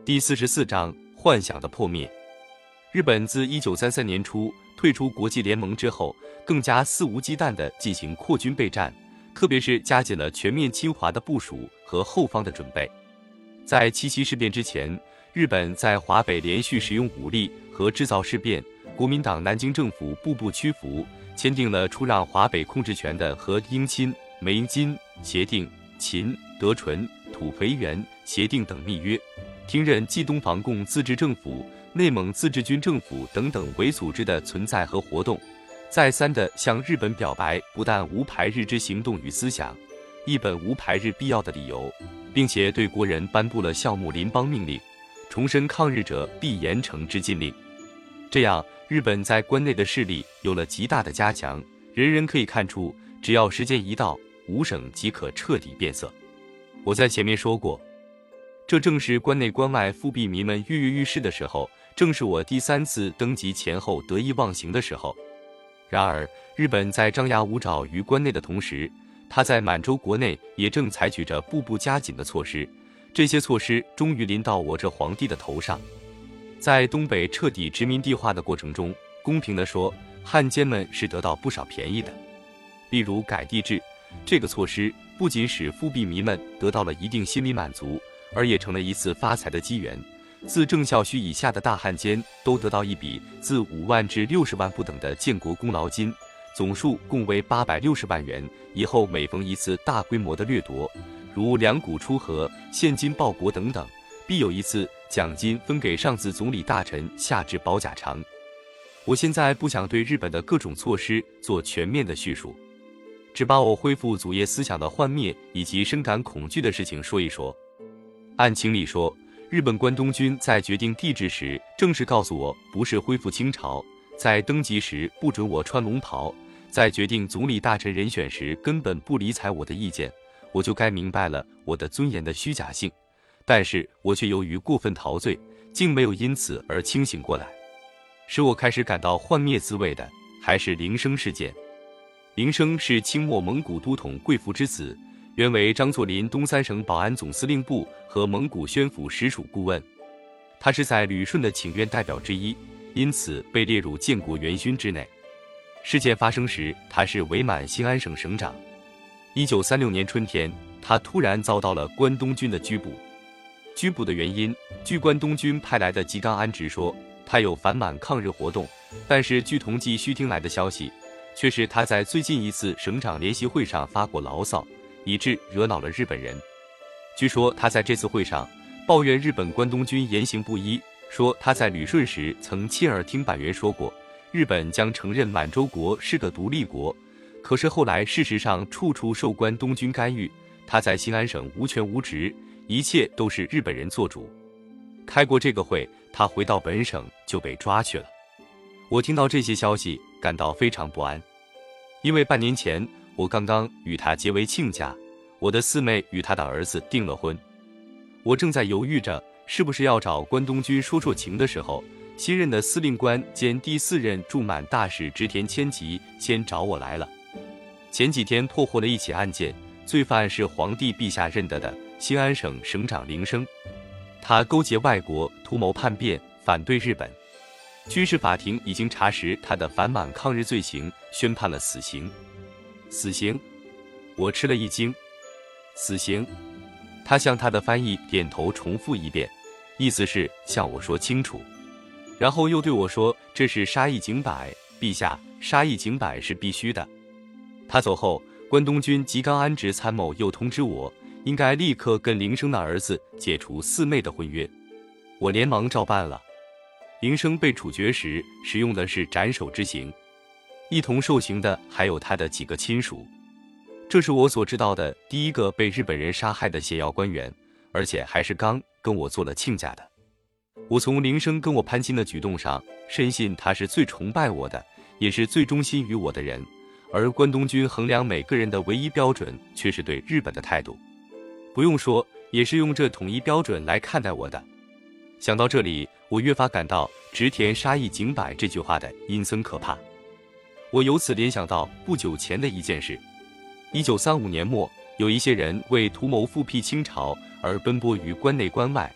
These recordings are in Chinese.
第44章幻想的破灭。日本自1933年初退出国际联盟之后，更加肆无忌惮地进行扩军备战，特别是加紧了全面侵华的部署和后方的准备。在七七事变之前，日本在华北连续使用武力和制造事变，国民党南京政府步步屈服，签订了出让华北控制权的和英钦、梅津协定、秦、德纯、土肥原协定等密约，听任冀东防共自治政府、内蒙自治军政府等等伪组织的存在和活动，再三地向日本表白不但无排日之行动与思想，一本无排日必要的理由，并且对国人颁布了孝睦邻邦命令，重申抗日者必严惩之禁令。这样，日本在关内的势力有了极大的加强，人人可以看出，只要时间一到，五省即可彻底变色。我在前面说过，这正是关内关外复辟民们跃跃欲试的时候，正是我第3次登基前后得意忘形的时候。然而，日本在张牙舞爪于关内的同时，他在满洲国内也正采取着步步加紧的措施，这些措施终于临到我这皇帝的头上。在东北彻底殖民地化的过程中，公平地说，汉奸们是得到不少便宜的。例如改地制这个措施，不仅使复辟民们得到了一定心理满足，而也成了一次发财的机缘。自郑孝胥以下的大汉奸都得到一笔自5万至60万不等的建国功劳金，总数共为860万元。以后每逢一次大规模的掠夺，如两股出河、现金报国等等，必有一次奖金分给上至总理大臣，下至保甲长。我现在不想对日本的各种措施做全面的叙述，只把我恢复祖业思想的幻灭以及深感恐惧的事情说一说。按情理说，日本关东军在决定帝制时，正式告诉我不是恢复清朝；在登基时不准我穿龙袍；在决定总理大臣人选时根本不理睬我的意见，我就该明白了我的尊严的虚假性。但是我却由于过分陶醉，竟没有因此而清醒过来。使我开始感到幻灭滋味的，还是林升事件。林升是清末蒙古都统贵福之子，原为张作霖东三省保安总司令部和蒙古宣抚实属顾问。他是在旅顺的请愿代表之一，因此被列入建国元勋之内。事件发生时，他是伪满兴安省省长。1936年春天，他突然遭到了关东军的拘捕。拘捕的原因，据关东军派来的吉冈安直说，他有反满抗日活动，但是据同济虚听来的消息，却是他在最近一次省长联席会上发过牢骚，以致惹恼了日本人。据说他在这次会上抱怨日本关东军言行不一，说他在旅顺时曾亲耳听板垣说过，日本将承认满洲国是个独立国，可是后来事实上处处受关东军干预，他在兴安省无权无职，一切都是日本人做主。开过这个会，他回到本省就被抓去了。我听到这些消息，感到非常不安，因为半年前我刚刚与他结为亲家，我的四妹与他的儿子订了婚。我正在犹豫着是不是要找关东军说说情的时候，新任的司令官兼第4任驻满大使植田千吉先找我来了。前几天破获了一起案件，罪犯是皇帝陛下认得的兴安省省长林升，他勾结外国，图谋叛变，反对日本。军事法庭已经查实他的反满抗日罪行，宣判了死刑。死刑？我吃了一惊。死刑？他向他的翻译点头重复一遍，意思是向我说清楚。然后又对我说，这是杀一儆百，陛下，杀一儆百是必须的。他走后，关东军吉冈安直参谋又通知我，应该立刻跟林升的儿子解除四妹的婚约。我连忙照办了。林升被处决时使用的是斩首之刑，一同受刑的还有他的几个亲属。这是我所知道的第一个被日本人杀害的协要官员，而且还是刚跟我做了亲家的。我从林升跟我攀亲的举动上，深信他是最崇拜我的，也是最忠心于我的人，而关东军衡量每个人的唯一标准却是对日本的态度。不用说，也是用这统一标准来看待我的。想到这里，我越发感到植田杀一儆百这句话的阴森可怕。我由此联想到不久前的一件事。1935年末，有一些人为图谋复辟清朝而奔波于关内关外，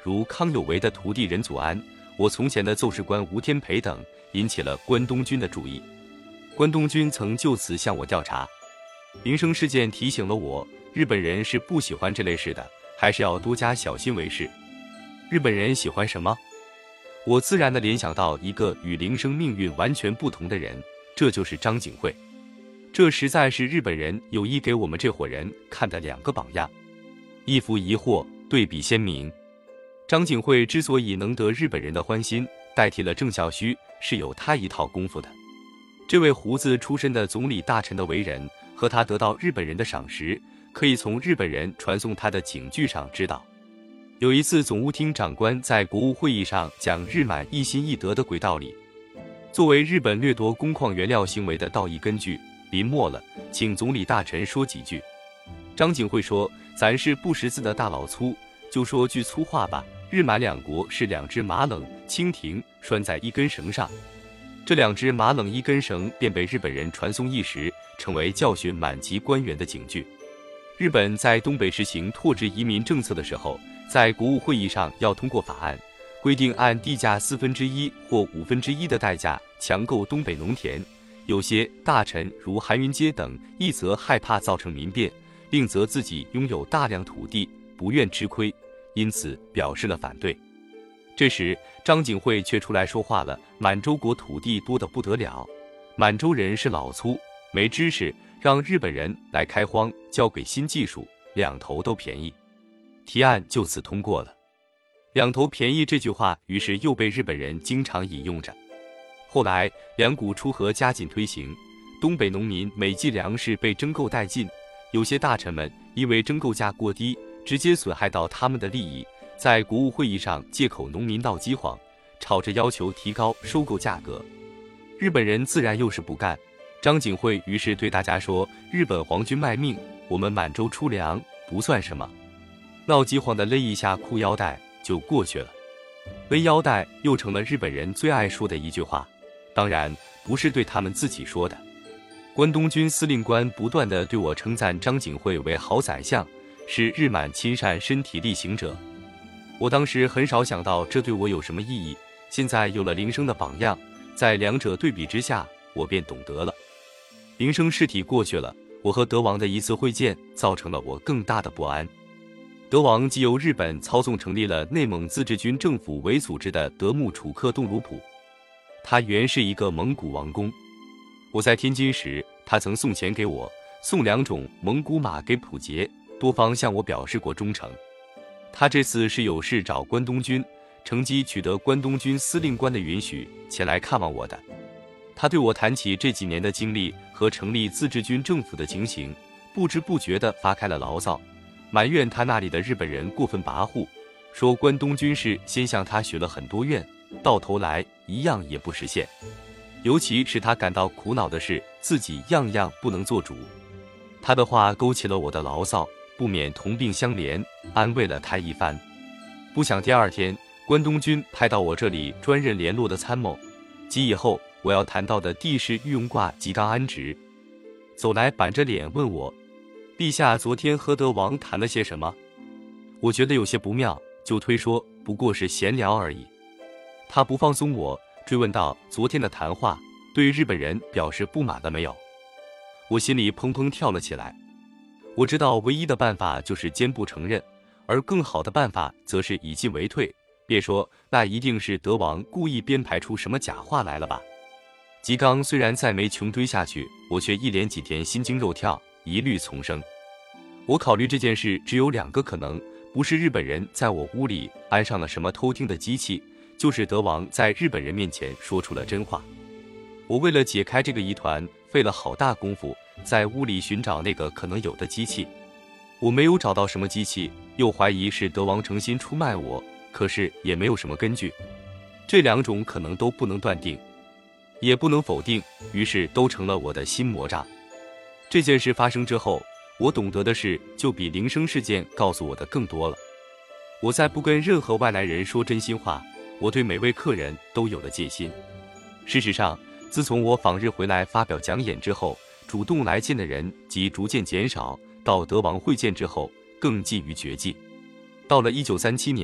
如康有为的徒弟任祖安，我从前的奏事官吴天培等，引起了关东军的注意。关东军曾就此向我调查。铃声事件提醒了我，日本人是不喜欢这类事的，还是要多加小心为是。日本人喜欢什么？我自然地联想到一个与铃声命运完全不同的人，这就是张景惠。这实在是日本人有意给我们这伙人看的两个榜样，一福一祸，对比鲜明。张景惠之所以能得日本人的欢心，代替了郑孝胥，是有他一套功夫的。这位胡子出身的总理大臣的为人和他得到日本人的赏识，可以从日本人传送他的警句上知道。有一次，总务厅长官在国务会议上讲日满一心一德的轨道理，作为日本掠夺工矿原料行为的道义根据，临末了，请总理大臣说几句。张景惠说：“咱是不识字的大老粗，就说句粗话吧。日满两国是两只马冷蜻蜓拴在一根绳上，这两只马冷一根绳便被日本人传送一时，成为教训满级官员的警句。日本在东北实行拓殖移民政策的时候，在国务会议上要通过法案，规定按地价1/4或1/5的代价强购东北农田。有些大臣如韩云阶等，一则害怕造成民变，另则自己拥有大量土地，不愿吃亏，因此表示了反对。这时张景惠却出来说话了：满洲国土地多得不得了，满洲人是老粗，没知识，让日本人来开荒，交给新技术，两头都便宜。提案就此通过了。两头便宜这句话于是又被日本人经常引用着。后来两股出河加紧推行，东北农民每季粮食被征购殆尽，有些大臣们因为征购价过低，直接损害到他们的利益，在国务会议上借口农民闹饥荒，吵着要求提高收购价格。日本人自然又是不干，张景惠于是对大家说：日本皇军卖命，我们满洲出粮不算什么。闹饥荒的勒一下裤腰带就过去了，勒腰带又成了日本人最爱说的一句话，当然不是对他们自己说的。关东军司令官不断地对我称赞张景惠为好宰相，是日满亲善身体力行者。我当时很少想到这对我有什么意义，现在有了铃声的榜样，在两者对比之下，我便懂得了。铃声事体过去了，我和德王的一次会见造成了我更大的不安。德王即由日本操纵成立了内蒙自治军政府为组织的德木楚克洞鲁普，他原是一个蒙古王公。我在天津时，他曾送钱给我，送2种蒙古马给溥杰，多方向我表示过忠诚。他这次是有事找关东军，乘机取得关东军司令官的允许前来看望我的。他对我谈起这几年的经历和成立自治军政府的情形，不知不觉地发开了牢骚，埋怨他那里的日本人过分跋扈，说关东军事先向他许了很多愿，到头来一样也不实现。尤其使他感到苦恼的是，自己样样不能做主。他的话勾起了我的牢骚，不免同病相怜，安慰了他一番。不想第二天，关东军派到我这里专任联络的参谋，即以后我要谈到的地势御用挂即刚安职，走来板着脸问我：陛下昨天和德王谈了些什么？我觉得有些不妙，就推说不过是闲聊而已。他不放松我，追问道：昨天的谈话对日本人表示不满了没有？我心里砰砰跳了起来。我知道唯一的办法就是坚不承认，而更好的办法则是以进为退。别说那一定是德王故意编排出什么假话来了吧。吉冈虽然再没穷追下去，我却一连几天心惊肉跳，一律从生。我考虑这件事只有2个可能，不是日本人在我屋里安上了什么偷听的机器，就是德王在日本人面前说出了真话。我为了解开这个疑团，费了好大功夫，在屋里寻找那个可能有的机器。我没有找到什么机器，又怀疑是德王诚心出卖我，可是也没有什么根据。这2种可能都不能断定，也不能否定，于是都成了我的心魔障。这件事发生之后，我懂得的事就比铃声事件告诉我的更多了。我再不跟任何外来人说真心话，我对每位客人都有了戒心。事实上，自从我访日回来发表讲演之后，主动来见的人即逐渐减少，到德王会见之后更近于绝迹。到了1937年，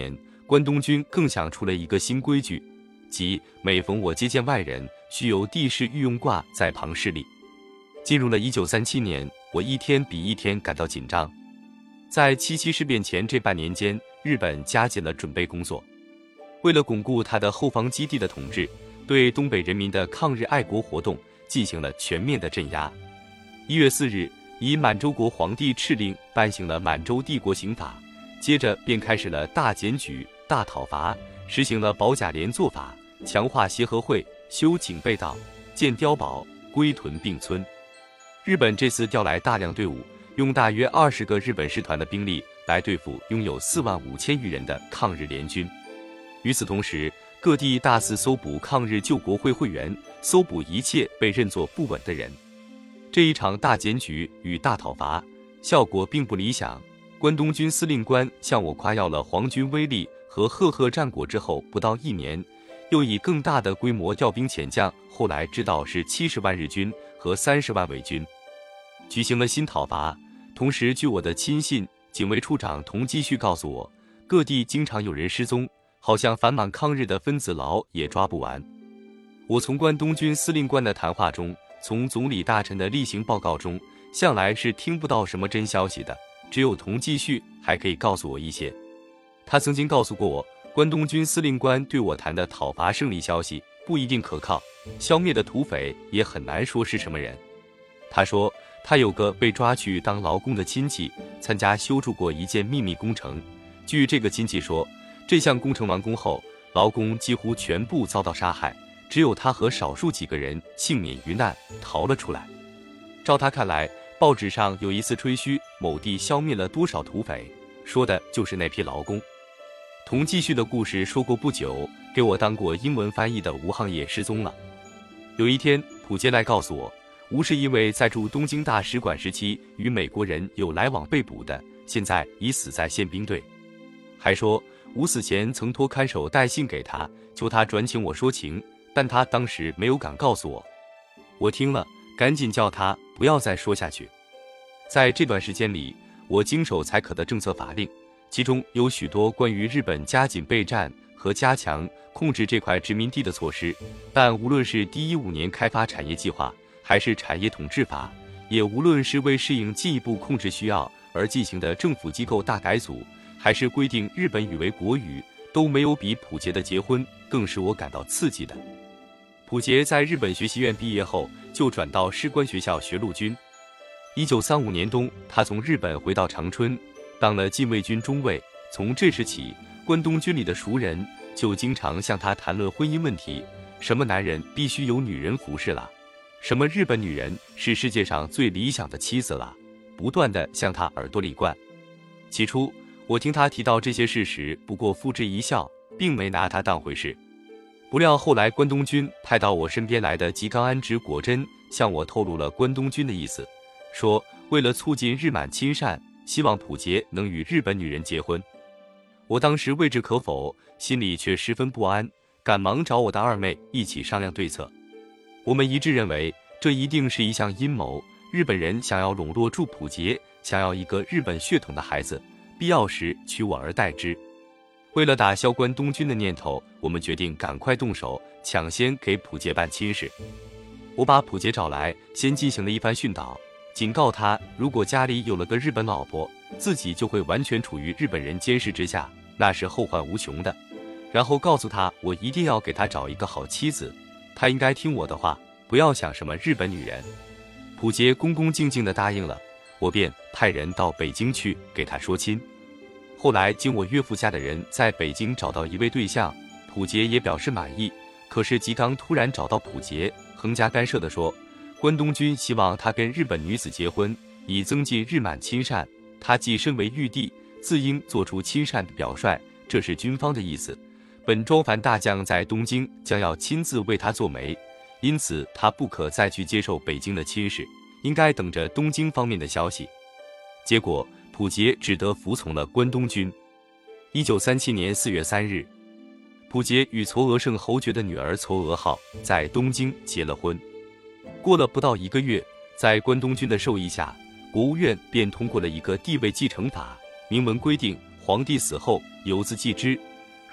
关东军更想出了一个新规矩，即每逢我接见外人，须有帝室御用挂在旁侍立。进入了1937年，我一天比一天感到紧张。在77事变前这半年间，日本加紧了准备工作，为了巩固他的后方基地的统治，对东北人民的抗日爱国活动进行了全面的镇压。1月4日，以满洲国皇帝敕令颁行了满洲帝国刑法，接着便开始了大检举、大讨伐，实行了保甲连坐法，强化协和会，修警备道，建碉堡，归屯并村。日本这次调来大量队伍，用大约20个日本师团的兵力来对付拥有4万5千余人的抗日联军。与此同时，各地大肆搜捕抗日救国会会员，搜捕一切被认作不稳的人。这一场大检举与大讨伐效果并不理想。关东军司令官向我夸耀了皇军威力和赫赫战果之后，不到1年，又以更大的规模调兵遣将，后来知道是70万日军和30万伪军，举行了新讨伐。同时，据我的亲信警卫处长童基绪告诉我，各地经常有人失踪，好像反满抗日的分子牢也抓不完。我从关东军司令官的谈话中，从总理大臣的例行报告中，向来是听不到什么真消息的，只有童继续还可以告诉我一些。他曾经告诉过我，关东军司令官对我谈的讨伐胜利消息不一定可靠，消灭的土匪也很难说是什么人。他说他有个被抓去当劳工的亲戚，参加修筑过一件秘密工程。据这个亲戚说，这项工程完工后，劳工几乎全部遭到杀害，只有他和少数几个人幸免于难，逃了出来。照他看来，报纸上有一次吹嘘某地消灭了多少土匪，说的就是那批劳工。童继续的故事说过不久，给我当过英文翻译的吴沆也失踪了。有一天，溥杰来告诉我，吴是因为在驻东京大使馆时期与美国人有来往被捕的，现在已死在宪兵队。还说吴死前曾托看守带信给他，求他转请我说情，但他当时没有敢告诉我。我听了，赶紧叫他不要再说下去。在这段时间里，我经手裁可的政策法令，其中有许多关于日本加紧备战和加强控制这块殖民地的措施，但无论是第15年开发产业计划，还是产业统治法，也无论是为适应进一步控制需要而进行的政府机构大改组，还是规定日本语为国语，都没有比溥杰的结婚更使我感到刺激的。溥杰在日本学习院毕业后，就转到士官学校学陆军。1935年冬，他从日本回到长春，当了禁卫军中尉。从这时起，关东军里的熟人就经常向他谈论婚姻问题，什么男人必须有女人服侍了，什么日本女人是世界上最理想的妻子了，不断地向他耳朵里灌。起初，我听他提到这些事时，不过付之一笑，并没拿他当回事。不料后来关东军派到我身边来的吉冈安直果真向我透露了关东军的意思，说为了促进日满亲善，希望溥杰能与日本女人结婚。我当时未置可否，心里却十分不安，赶忙找我的二妹一起商量对策。我们一致认为，这一定是一项阴谋，日本人想要笼络住溥杰，想要一个日本血统的孩子，必要时取我而代之。为了打消关东军的念头，我们决定赶快动手，抢先给溥杰办亲事。我把溥杰找来，先进行了一番训导，警告他，如果家里有了个日本老婆，自己就会完全处于日本人监视之下，那是后患无穷的。然后告诉他，我一定要给他找一个好妻子，他应该听我的话，不要想什么日本女人。溥杰恭恭敬敬地答应了，我便派人到北京去给他说亲。后来经我岳父家的人在北京找到一位对象，溥杰也表示满意。可是吉冈突然找到溥杰，横加干涉地说，关东军希望他跟日本女子结婚，以增进日满亲善。他既身为玉帝，自应做出亲善的表率，这是军方的意思。本庄繁大将在东京将要亲自为他做媒，因此他不可再去接受北京的亲事，应该等着东京方面的消息。结果溥杰只得服从了关东军。1937年4月3日，溥杰与嵯峨圣侯爵的女儿嵯峨号在东京结了婚。过了不到1个月，在关东军的授意下，国务院便通过了一个地位继承法，明文规定皇帝死后有子继之，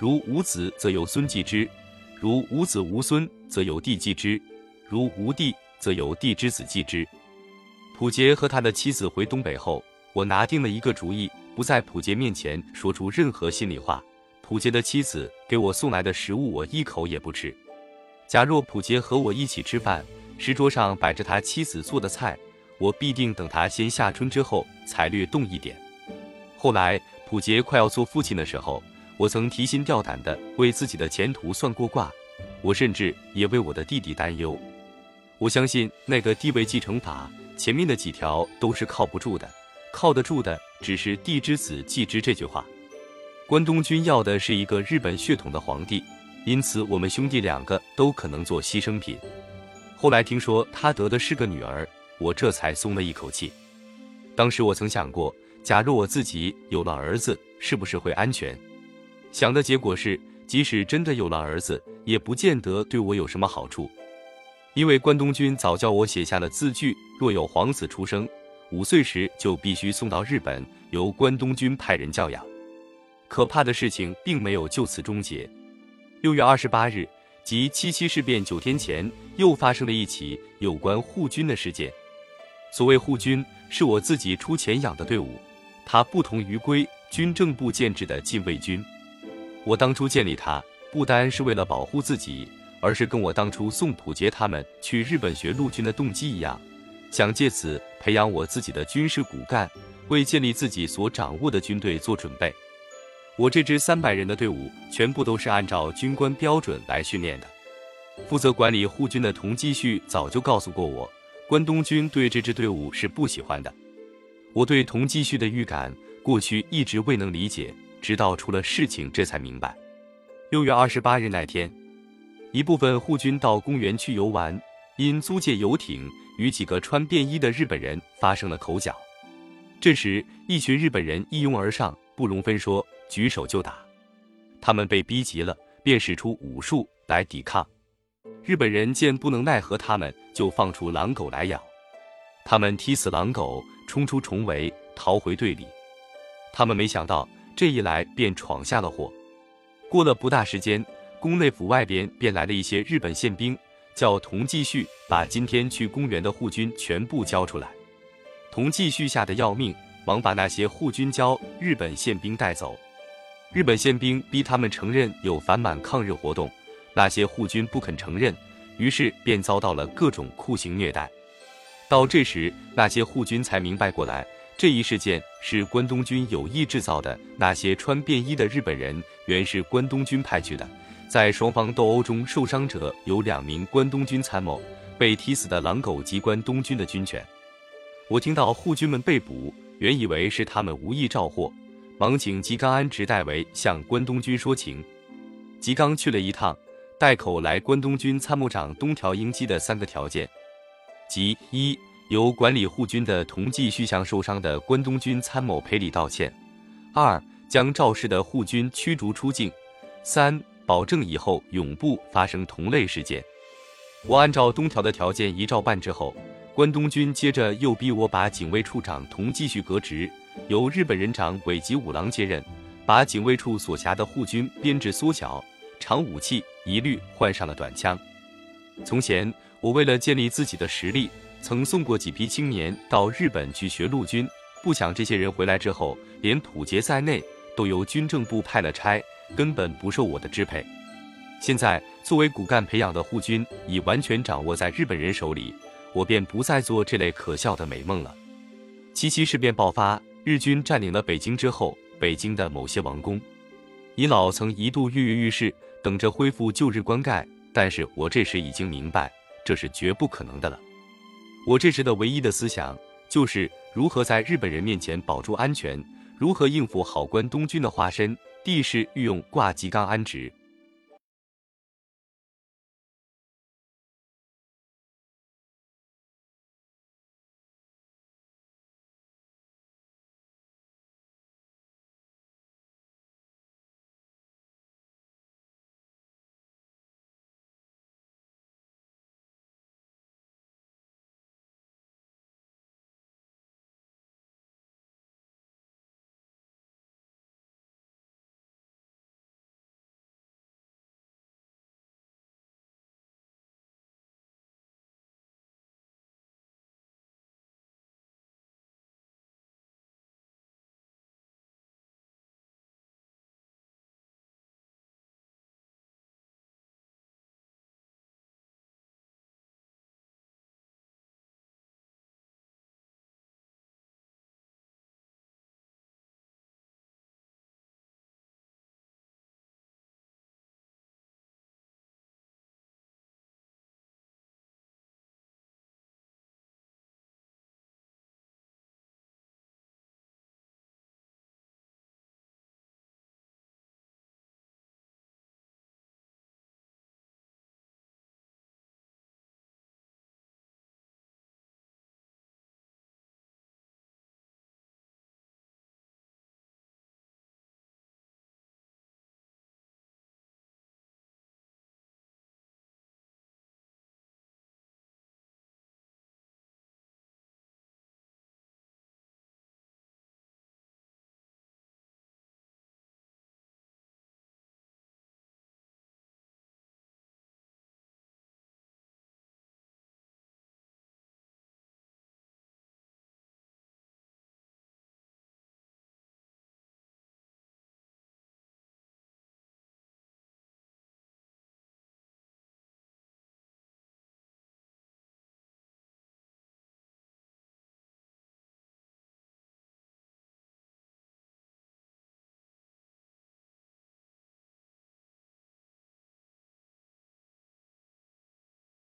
如无子，则有孙继之；如无子无孙，则有弟继之；如无弟，则有弟之子继之。溥杰和他的妻子回东北后，我拿定了一个主意，不在溥杰面前说出任何心里话。溥杰的妻子给我送来的食物，我一口也不吃。假若溥杰和我一起吃饭，食桌上摆着他妻子做的菜，我必定等他先下春之后才略动一点。后来溥杰快要做父亲的时候，我曾提心吊胆地为自己的前途算过卦，我甚至也为我的弟弟担忧。我相信那个地位继承法前面的几条都是靠不住的，靠得住的只是弟之子继之这句话。关东军要的是一个日本血统的皇帝，因此我们兄弟两个都可能做牺牲品。后来听说他得的是个女儿，我这才松了一口气。当时我曾想过，假如我自己有了儿子，是不是会安全？想的结果是，即使真的有了儿子，也不见得对我有什么好处。因为关东军早叫我写下了字据，若有皇子出生，5岁时就必须送到日本，由关东军派人教养。可怕的事情并没有就此终结。6月28日，即77事变9天前，又发生了一起有关护军的事件。所谓护军，是我自己出钱养的队伍，它不同于归军政部建制的禁卫军。我当初建立它，不单是为了保护自己，而是跟我当初送溥杰他们去日本学陆军的动机一样，想借此培养我自己的军事骨干，为建立自己所掌握的军队做准备。我这支300人的队伍全部都是按照军官标准来训练的。负责管理护军的童继续早就告诉过我，关东军对这支队伍是不喜欢的。我对童继续的预感过去一直未能理解，直到出了事情这才明白。6月28日那天，一部分护军到公园去游玩，因租借游艇与几个穿便衣的日本人发生了口角。这时一群日本人一拥而上，不容分说，举手就打。他们被逼急了，便使出武术来抵抗。日本人见不能奈何他们，就放出狼狗来咬。他们踢死狼狗，冲出重围，逃回队里。他们没想到这一来便闯下了祸。过了不大时间，宫内府外边便来了一些日本宪兵，叫童继续把今天去公园的护军全部交出来。童继续吓得要命，忙把那些护军交日本宪兵带走。日本宪兵逼他们承认有反满抗日活动，那些护军不肯承认，于是便遭到了各种酷刑虐待。到这时，那些护军才明白过来，这一事件是关东军有意制造的。那些穿便衣的日本人原是关东军派去的。在双方斗殴中受伤者有2名关东军参谋，被踢死的狼狗及关东军的军犬。我听到护军们被捕，原以为是他们无意招祸，忙请吉冈安直代为向关东军说情。吉冈去了一趟，带口来关东军参谋长东条英机的3个条件，即1，由管理护军的童继续向受伤的关东军参谋赔礼道歉；2，将肇事的护军驱逐出境；3，保证以后永不发生同类事件。我按照东条的条件一照办之后，关东军接着又逼我把警卫处长童继续革职，由日本人长尾吉五郎接任，把警卫处所辖的护军编制缩小，长武器一律换上了短枪。从前我为了建立自己的实力，曾送过几批青年到日本去学陆军，不想这些人回来之后，连溥杰在内都由军政部派了差，根本不受我的支配。现在作为骨干培养的护军已完全掌握在日本人手里，我便不再做这类可笑的美梦了。77事变爆发，日军占领了北京之后，北京的某些王公尹老曾一度跃跃欲试，等着恢复旧日官盖，但是我这时已经明白，这是绝不可能的了。我这时的唯一的思想，就是如何在日本人面前保住安全，如何应付好关东军的化身，地势御用挂吉冈安直。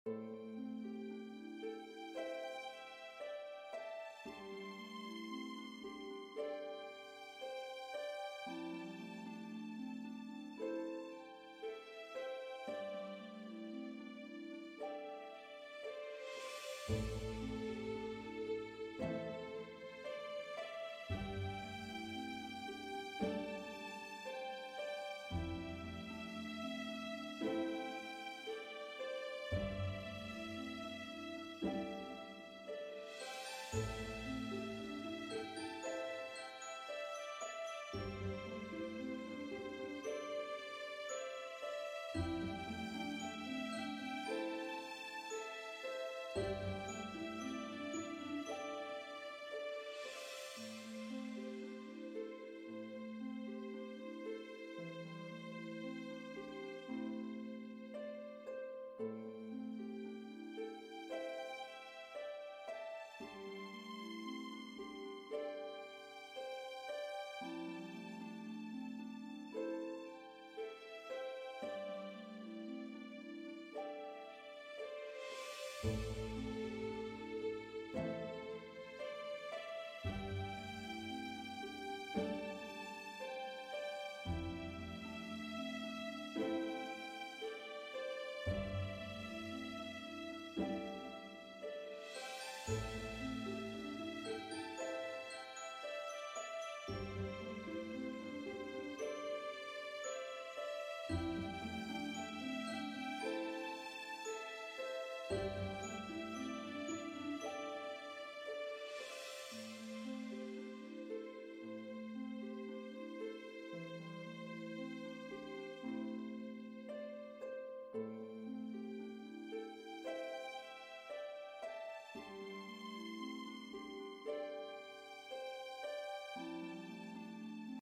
嗯。